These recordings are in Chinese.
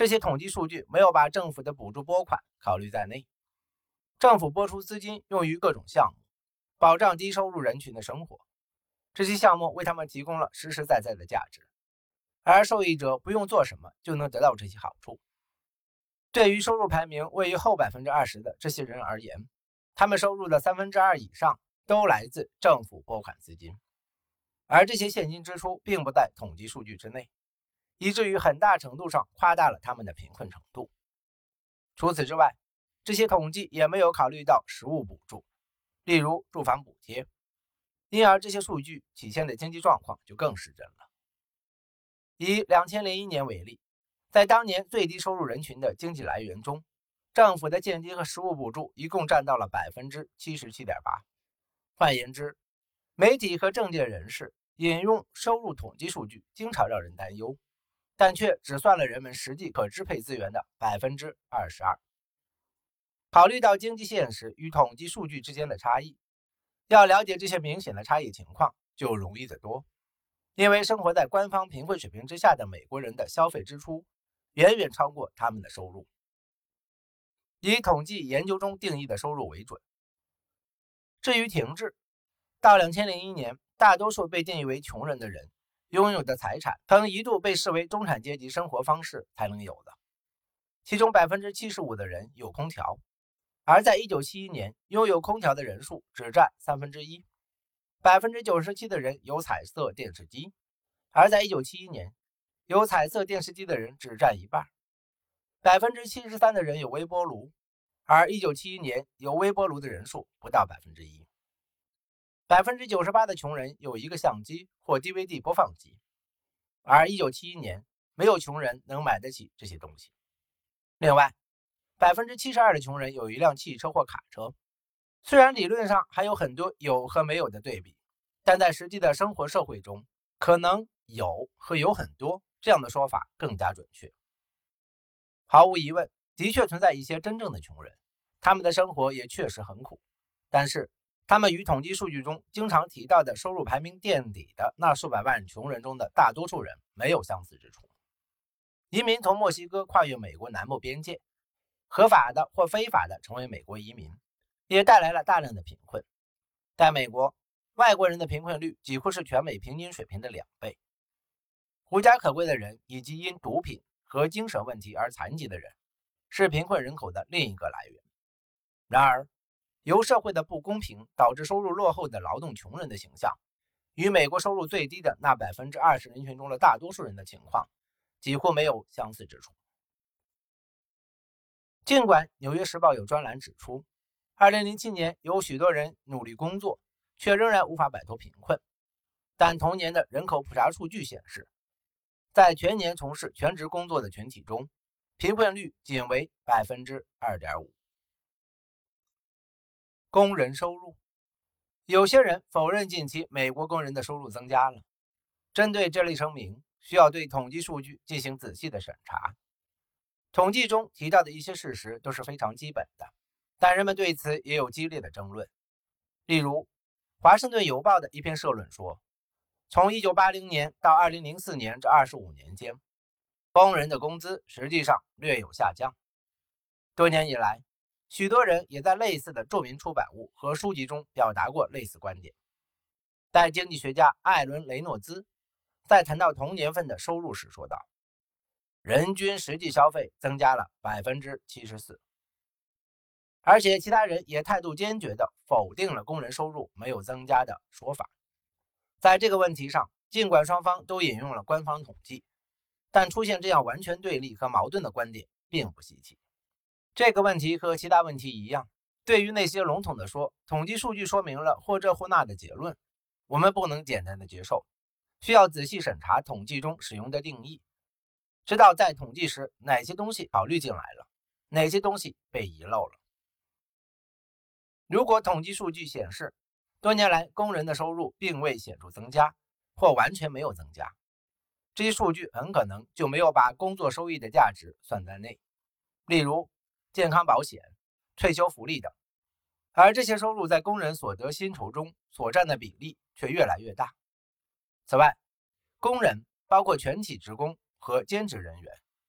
这些统计数据没有把政府的补助拨款考虑在内。政府拨出资金用于各种项目，保障低收入人群的生活，这些项目为他们提供了实实在在的价值，而受益者不用做什么就能得到这些好处。对于收入排名位于后20%的这些人而言，他们收入的2/3以上都来自政府拨款资金，而这些现金支出并不在统计数据之内，以至于很大程度上夸大了他们的贫困程度。除此之外，这些统计也没有考虑到实物补助，例如住房补贴，因而这些数据体现的经济状况就更失真了。以2001年为例，在当年最低收入人群的经济来源中，政府的间接和实物补助一共占到了 77.8%。换言之，媒体和政界人士引用收入统计数据经常让人担忧，但却只算了人们实际可支配资源的 22%。考虑到经济现实与统计数据之间的差异，要了解这些明显的差异情况就容易得多，因为生活在官方贫困水平之下的美国人的消费支出远远超过他们的收入。以统计研究中定义的收入为准。至于停滞，到2001年，大多数被定义为穷人的人拥有的财产曾一度被视为中产阶级生活方式才能有的，其中 75% 的人有空调，而在1971年，拥有空调的人数只占1/3。97% 的人有彩色电视机，而在1971年，有彩色电视机的人只占一半。73% 的人有微波炉，而1971年有微波炉的人数不到1%。98% 的穷人有一个相机或 DVD 播放机，而1971年没有穷人能买得起这些东西。另外，72% 的穷人有一辆汽车或卡车。虽然理论上还有很多有和没有的对比，但在实际的生活社会中，可能有和有很多这样的说法更加准确。毫无疑问，的确存在一些真正的穷人，他们的生活也确实很苦，但是他们与统计数据中经常提到的收入排名垫底的那数百万穷人中的大多数人没有相似之处。移民从墨西哥跨越美国南部边界，合法的或非法的成为美国移民，也带来了大量的贫困。在美国，外国人的贫困率几乎是全美平均水平的2倍。无家可归的人以及因毒品和精神问题而残疾的人，是贫困人口的另一个来源。然而，由社会的不公平导致收入落后的劳动穷人的形象，与美国收入最低的那 20% 人群中的大多数人的情况几乎没有相似之处。尽管《纽约时报》有专栏指出，2007年有许多人努力工作，却仍然无法摆脱贫困，但同年的人口普查数据显示，在全年从事全职工作的群体中，贫困率仅为 2.5%。工人收入，有些人否认近期美国工人的收入增加了。针对这类声明，需要对统计数据进行仔细的审查。统计中提到的一些事实都是非常基本的，但人们对此也有激烈的争论。例如，华盛顿邮报的一篇社论说，从1980年到2004年这25年间，工人的工资实际上略有下降。多年以来，许多人也在类似的著名出版物和书籍中表达过类似观点。但经济学家艾伦·雷诺兹在谈到同年份的收入时说道，人均实际消费增加了 74%， 而且其他人也态度坚决地否定了工人收入没有增加的说法。在这个问题上，尽管双方都引用了官方统计，但出现这样完全对立和矛盾的观点并不稀奇。这个问题和其他问题一样，对于那些笼统地说统计数据说明了或这或那的结论，我们不能简单的接受，需要仔细审查统计中使用的定义，知道在统计时哪些东西考虑进来了，哪些东西被遗漏了。如果统计数据显示多年来工人的收入并未显著增加或完全没有增加，这些数据很可能就没有把工作收益的价值算在内，例如健康保险、退休福利等，而这些收入在工人所得薪酬中所占的比例却越来越大。此外，工人包括全体职工和兼职人员，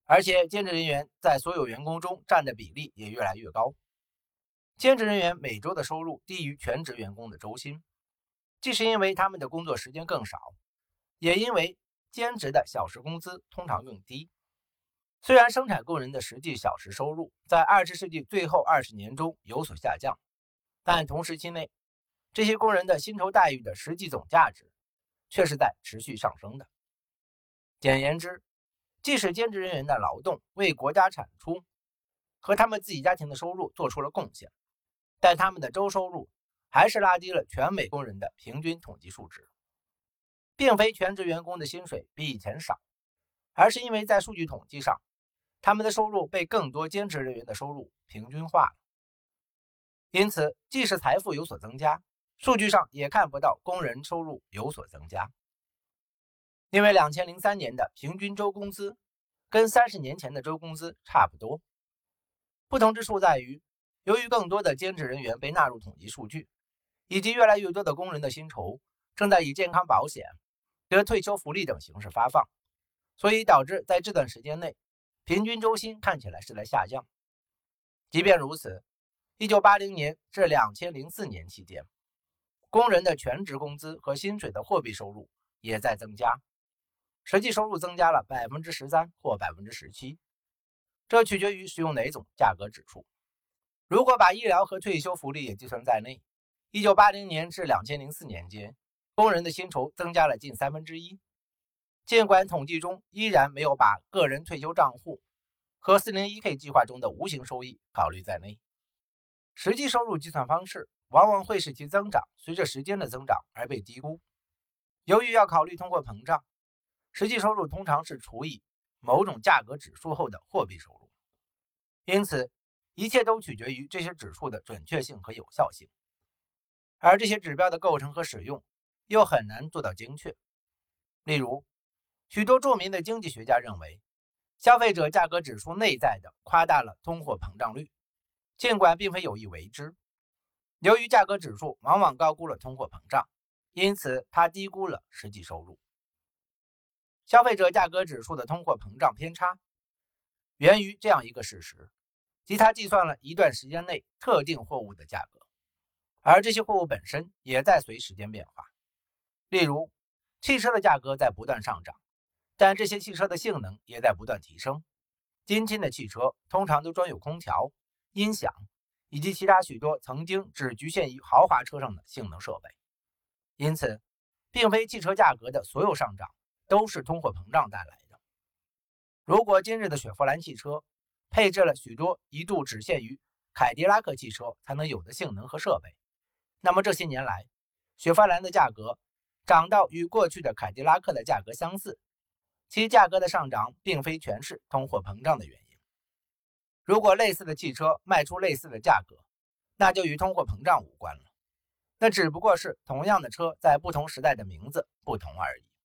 而且兼职人员在所有员工中占的比例也越来越高。兼职人员每周的收入低于全职员工的周薪，既是因为他们的工作时间更少，也因为兼职的小时工资通常更低。虽然生产工人的实际小时收入在20世纪最后20年中有所下降，但同时期内，这些工人的薪酬待遇的实际总价值却是在持续上升的。简言之，即使兼职人员的劳动为国家产出和他们自己家庭的收入做出了贡献，但他们的周收入还是拉低了全美工人的平均统计数值。并非全职员工的薪水比以前少，而是因为在数据统计上，他们的收入被更多兼职人员的收入平均化了。因此，即使财富有所增加，数据上也看不到工人收入有所增加。因为2003年的平均周工资跟30年前的周工资差不多，不同之处在于，由于更多的兼职人员被纳入统计数据，以及越来越多的工人的薪酬正在以健康保险和退休福利等形式发放，所以导致在这段时间内，平均周薪看起来是在下降。即便如此，1980年至2004年期间，工人的全职工资和薪水的货币收入也在增加，实际收入增加了13%或17%，这取决于使用哪种价格指数。如果把医疗和退休福利也计算在内，1980年至2004年间，工人的薪酬增加了近1/3。尽管统计中依然没有把个人退休账户和 401k 计划中的无形收益考虑在内，实际收入计算方式往往会使其增长随着时间的增长而被低估。由于要考虑通货膨胀，实际收入通常是除以某种价格指数后的货币收入，因此一切都取决于这些指数的准确性和有效性，而这些指标的构成和使用又很难做到精确。例如，许多著名的经济学家认为，消费者价格指数内在的夸大了通货膨胀率，尽管并非有意为之。由于价格指数往往高估了通货膨胀，因此它低估了实际收入。消费者价格指数的通货膨胀偏差源于这样一个事实，即它计算了一段时间内特定货物的价格，而这些货物本身也在随时间变化。例如，汽车的价格在不断上涨，但这些汽车的性能也在不断提升。今天的汽车通常都装有空调、音响以及其他许多曾经只局限于豪华车上的性能设备。因此，并非汽车价格的所有上涨都是通货膨胀带来的。如果今日的雪佛兰汽车配置了许多一度只限于凯迪拉克汽车才能有的性能和设备，那么这些年来，雪佛兰的价格涨到与过去的凯迪拉克的价格相似，其价格的上涨并非全是通货膨胀的原因。如果类似的汽车卖出类似的价格，那就与通货膨胀无关了，那只不过是同样的车在不同时代的名字不同而已。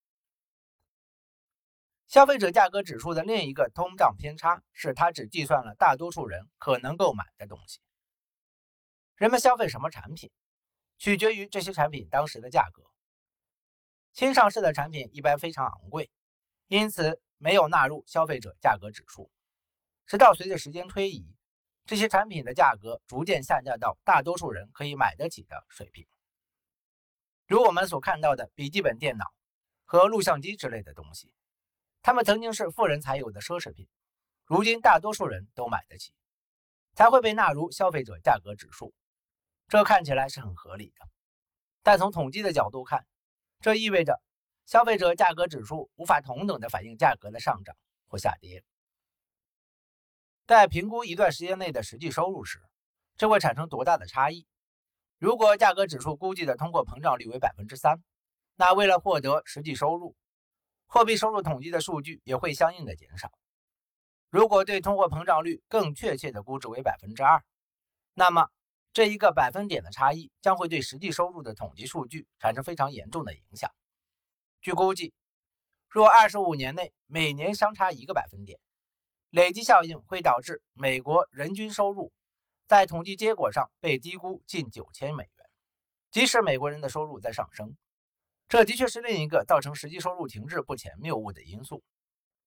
消费者价格指数的另一个通胀偏差是它只计算了大多数人可能购买的东西。人们消费什么产品，取决于这些产品当时的价格。新上市的产品一般非常昂贵，因此没有纳入消费者价格指数。直到随着时间推移，这些产品的价格逐渐下降到大多数人可以买得起的水平。如我们所看到的笔记本电脑和录像机之类的东西，它们曾经是富人才有的奢侈品，如今大多数人都买得起，才会被纳入消费者价格指数。这看起来是很合理的，但从统计的角度看，这意味着消费者价格指数无法同等的反映价格的上涨或下跌。在评估一段时间内的实际收入时，这会产生多大的差异？如果价格指数估计的通货膨胀率为 3%， 那为了获得实际收入，货币收入统计的数据也会相应的减少。如果对通货膨胀率更确切的估值为 2%， 那么这一个百分点的差异将会对实际收入的统计数据产生非常严重的影响。据估计，若25年内每年相差1个百分点，累积效应会导致美国人均收入在统计结果上被低估近9000美元。即使美国人的收入在上升，这的确是另一个造成实际收入停滞不前谬误的因素。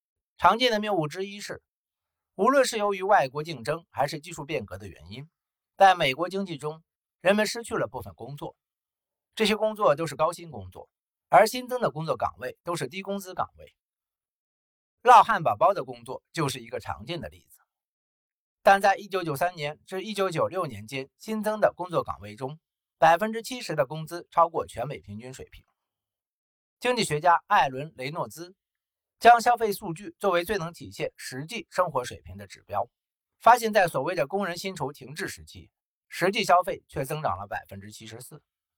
常见的谬误之一是，无论是由于外国竞争还是技术变革的原因，在美国经济中，人们失去了部分工作，这些工作都是高薪工作，而新增的工作岗位都是低工资岗位。烙汉堡包的工作就是一个常见的例子。但在1993年至1996年间新增的工作岗位中，70%的工资超过全美平均水平。经济学家艾伦·雷诺兹将消费数据作为最能体现实际生活水平的指标，发现在所谓的工人薪酬停滞时期，实际消费却增长了74%。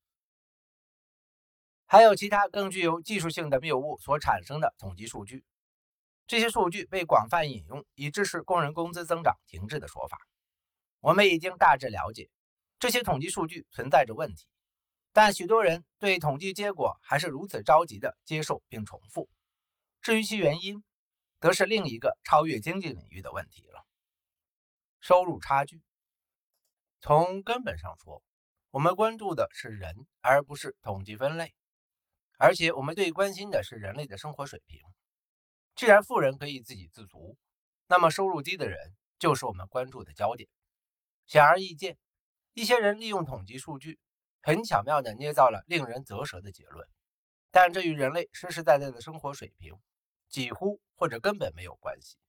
还有其他更具有技术性的谬误所产生的统计数据，这些数据被广泛引用，以支持工人工资增长停滞的说法。我们已经大致了解这些统计数据存在着问题，但许多人对统计结果还是如此着急地接受并重复。至于其原因，则是另一个超越经济领域的问题了。收入差距。从根本上说，我们关注的是人，而不是统计分类，而且我们最关心的是人类的生活水平。既然富人可以自给自足，那么收入低的人就是我们关注的焦点。显而易见，一些人利用统计数据，很巧妙地捏造了令人啧舌的结论，但这与人类实实在在的生活水平几乎或者根本没有关系。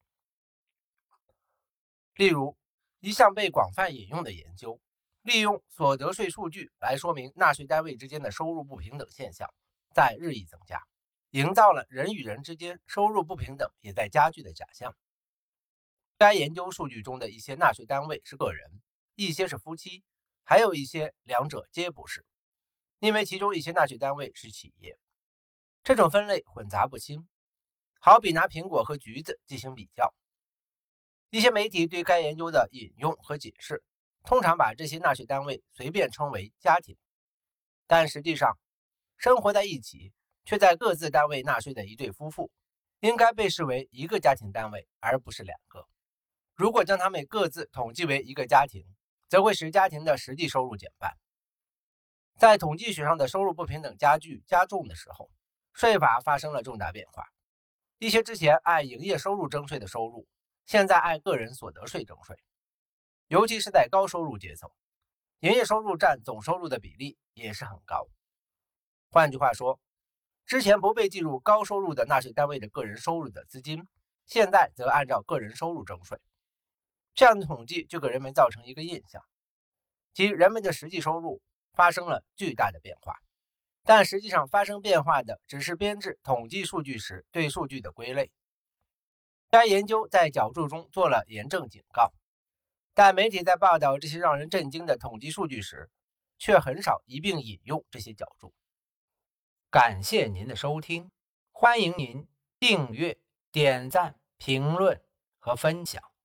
例如，一项被广泛引用的研究，利用所得税数据来说明纳税单位之间的收入不平等现象在日益增加，营造了人与人之间收入不平等也在加剧的假象。该研究数据中的一些纳税单位是个人，一些是夫妻，还有一些两者皆不是，因为其中一些纳税单位是企业。这种分类混杂不清，好比拿苹果和橘子进行比较。一些媒体对该研究的引用和解释，通常把这些纳税单位随便称为家庭，但实际上，生活在一起却在各自单位纳税的一对夫妇，应该被视为一个家庭单位，而不是两个。如果将他们各自统计为一个家庭，则会使家庭的实际收入减半。在统计学上的收入不平等加重的时候，税法发生了重大变化。一些之前按营业收入征税的收入，现在按个人所得税征税，尤其是在高收入阶层，营业收入占总收入的比例也是很高。换句话说，之前不被计入高收入的纳税单位的个人收入的资金，现在则按照个人收入征税。这样的统计就给人们造成一个印象，即人们的实际收入发生了巨大的变化，但实际上发生变化的只是编制统计数据时对数据的归类。该研究在角注中做了严正警告，但媒体在报道这些让人震惊的统计数据时，却很少一并引用这些角注。感谢您的收听，欢迎您订阅、点赞、评论和分享。